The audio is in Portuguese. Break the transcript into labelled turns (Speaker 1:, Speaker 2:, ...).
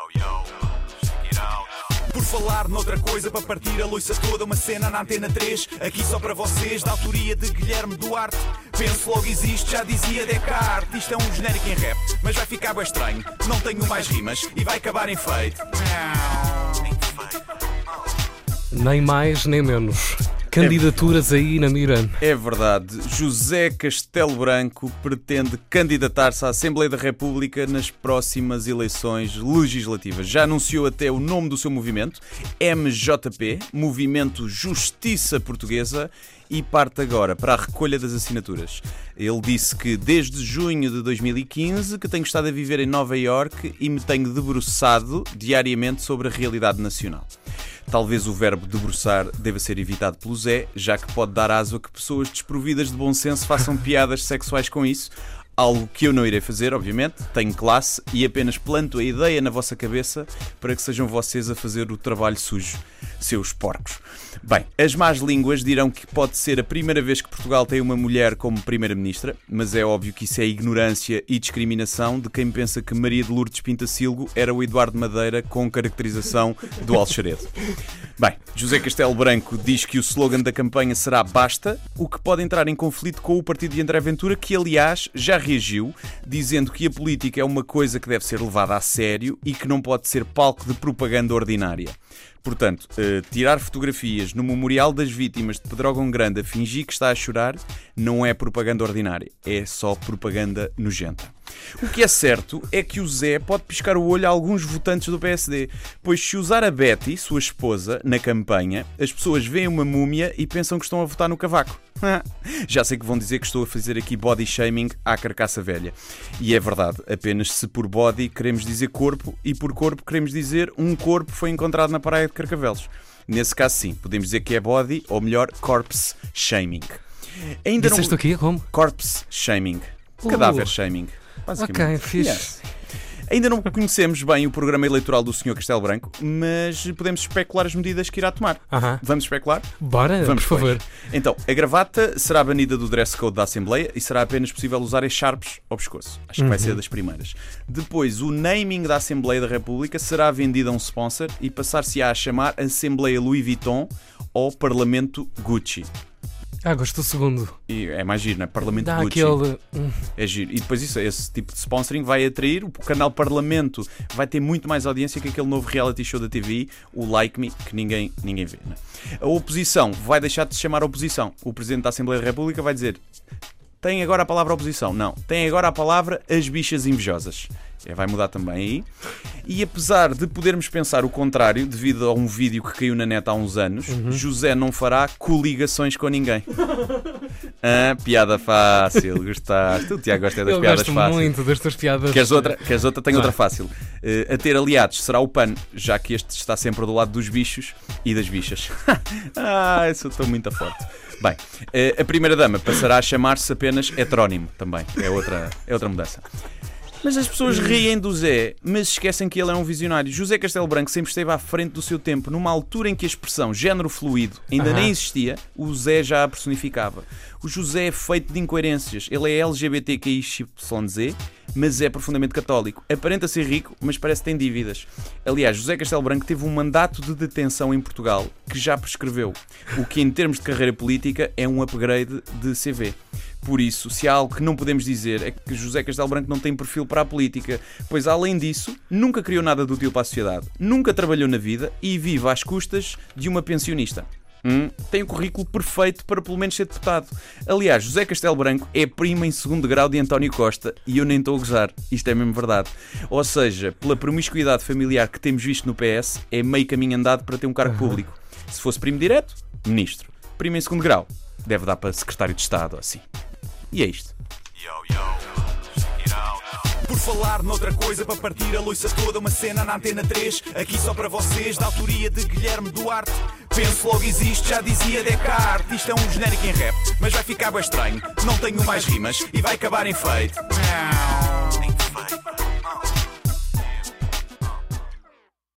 Speaker 1: Por falar noutra coisa, para partir a loiça toda, uma cena na Antena 3, aqui só para vocês, da autoria de Guilherme Duarte. Penso logo existe, já dizia Descartes. Isto é um genérico em rap, mas vai ficar bem estranho. Não tenho mais rimas e vai acabar em feito.
Speaker 2: Nem mais nem menos. Candidaturas aí na mira.
Speaker 3: É verdade. José Castelo Branco pretende candidatar-se à Assembleia da República nas próximas eleições legislativas. Já anunciou até o nome do seu movimento, MJP, Movimento Justiça Portuguesa, e parte agora para a recolha das assinaturas. Ele disse que desde junho de 2015 que tenho estado a viver em Nova Iorque e me tenho debruçado diariamente sobre a realidade nacional. Talvez o verbo debruçar deva ser evitado pelo Zé, já que pode dar aso a que pessoas desprovidas de bom senso façam piadas sexuais com isso. Algo que eu não irei fazer, obviamente, tenho classe e apenas planto a ideia na vossa cabeça para que sejam vocês a fazer o trabalho sujo, seus porcos. Bem, as más línguas dirão que pode ser a primeira vez que Portugal tem uma mulher como Primeira-Ministra, mas é óbvio que isso é ignorância e discriminação de quem pensa que Maria de Lourdes Pintacilgo era o Eduardo Madeira com caracterização do Alxaredo. Bem, José Castelo Branco diz que o slogan da campanha será Basta, o que pode entrar em conflito com o partido de André Ventura, que aliás já reagiu, dizendo que a política é uma coisa que deve ser levada a sério e que não pode ser palco de propaganda ordinária. Portanto, tirar fotografias no Memorial das Vítimas de Pedrógão Grande a fingir que está a chorar não é propaganda ordinária, é só propaganda nojenta. O que é certo é que o Zé pode piscar o olho a alguns votantes do PSD, pois se usar a Betty, sua esposa, na campanha, as pessoas veem uma múmia e pensam que estão a votar no Cavaco. Já sei que vão dizer que estou a fazer aqui body shaming à carcaça velha. E é verdade, apenas se por body queremos dizer corpo e por corpo queremos dizer um corpo foi encontrado na praia de Carcavelos. Nesse caso sim, podemos dizer que é body, ou melhor, corpse shaming.
Speaker 2: Ainda disseste o quê? Como?
Speaker 3: Corpse shaming. Cadáver shaming.
Speaker 2: Ok, fixe.
Speaker 3: Yes. Ainda não conhecemos bem o programa eleitoral do Sr. Castelo Branco, mas podemos especular as medidas que irá tomar. Vamos especular?
Speaker 2: Bora,
Speaker 3: vamos,
Speaker 2: por favor.
Speaker 3: Então, a gravata será banida do dress code da Assembleia e será apenas possível usar echarpes ao pescoço. Acho que vai ser das primeiras. Depois, o naming da Assembleia da República será vendido a um sponsor e passar-se-á a chamar Assembleia Louis Vuitton ou Parlamento Gucci.
Speaker 2: Gosto do segundo.
Speaker 3: E é mais giro, não é? Parlamento
Speaker 2: Dá
Speaker 3: Gucci.
Speaker 2: Aquele...
Speaker 3: É giro. E depois esse tipo de sponsoring vai atrair, o canal Parlamento vai ter muito mais audiência que aquele novo reality show da TV, o Like Me, que ninguém vê, não é? A oposição vai deixar de se chamar oposição. O Presidente da Assembleia da República vai dizer: tem agora a palavra oposição. Não, tem agora a palavra as bichas invejosas. Vai mudar também aí. E apesar de podermos pensar o contrário, devido a um vídeo que caiu na net há uns anos, José não fará coligações com ninguém. Piada fácil, gostaste. O Tiago gosta das piadas fáceis.
Speaker 2: Eu gosto muito das tuas piadas.
Speaker 3: Queres outra? Tenho outra fácil. A ter aliados será o PAN, já que este está sempre do lado dos bichos e das bichas. Isso estou muito forte. Bem, a primeira-dama passará a chamar-se apenas heterónimo também. É outra mudança. Mas as pessoas riem do Zé, mas esquecem que ele é um visionário. José Castelo Branco sempre esteve à frente do seu tempo. Numa altura em que a expressão género fluido ainda nem existia, o Zé já a personificava. O José é feito de incoerências. Ele é LGBTQIYZ, mas é profundamente católico. Aparenta ser rico, mas parece que tem dívidas. Aliás, José Castelo Branco teve um mandato de detenção em Portugal que já prescreveu, o que em termos de carreira política é um upgrade de CV. Por isso, se há algo que não podemos dizer é que José Castelo Branco não tem perfil para a política, pois além disso, nunca criou nada de útil para a sociedade, nunca trabalhou na vida e vive às custas de uma pensionista. Tem o currículo perfeito para pelo menos ser deputado. Aliás, José Castelo Branco é primo em segundo grau de António Costa e eu nem estou a gozar, isto é mesmo verdade. Ou seja, pela promiscuidade familiar que temos visto no PS, é meio caminho andado para ter um cargo público. Se fosse primo direto, ministro. Primo em segundo grau, deve dar para secretário de Estado ou assim. E é isto.
Speaker 1: Por falar noutra coisa, para partir a loiça toda, uma cena na Antena 3, aqui só para vocês, da autoria de Guilherme Duarte. Penso logo existe, já dizia Descartes. Isto é um genérico em rap, mas vai ficar bem estranho. Não tenho mais rimas e vai acabar em feito.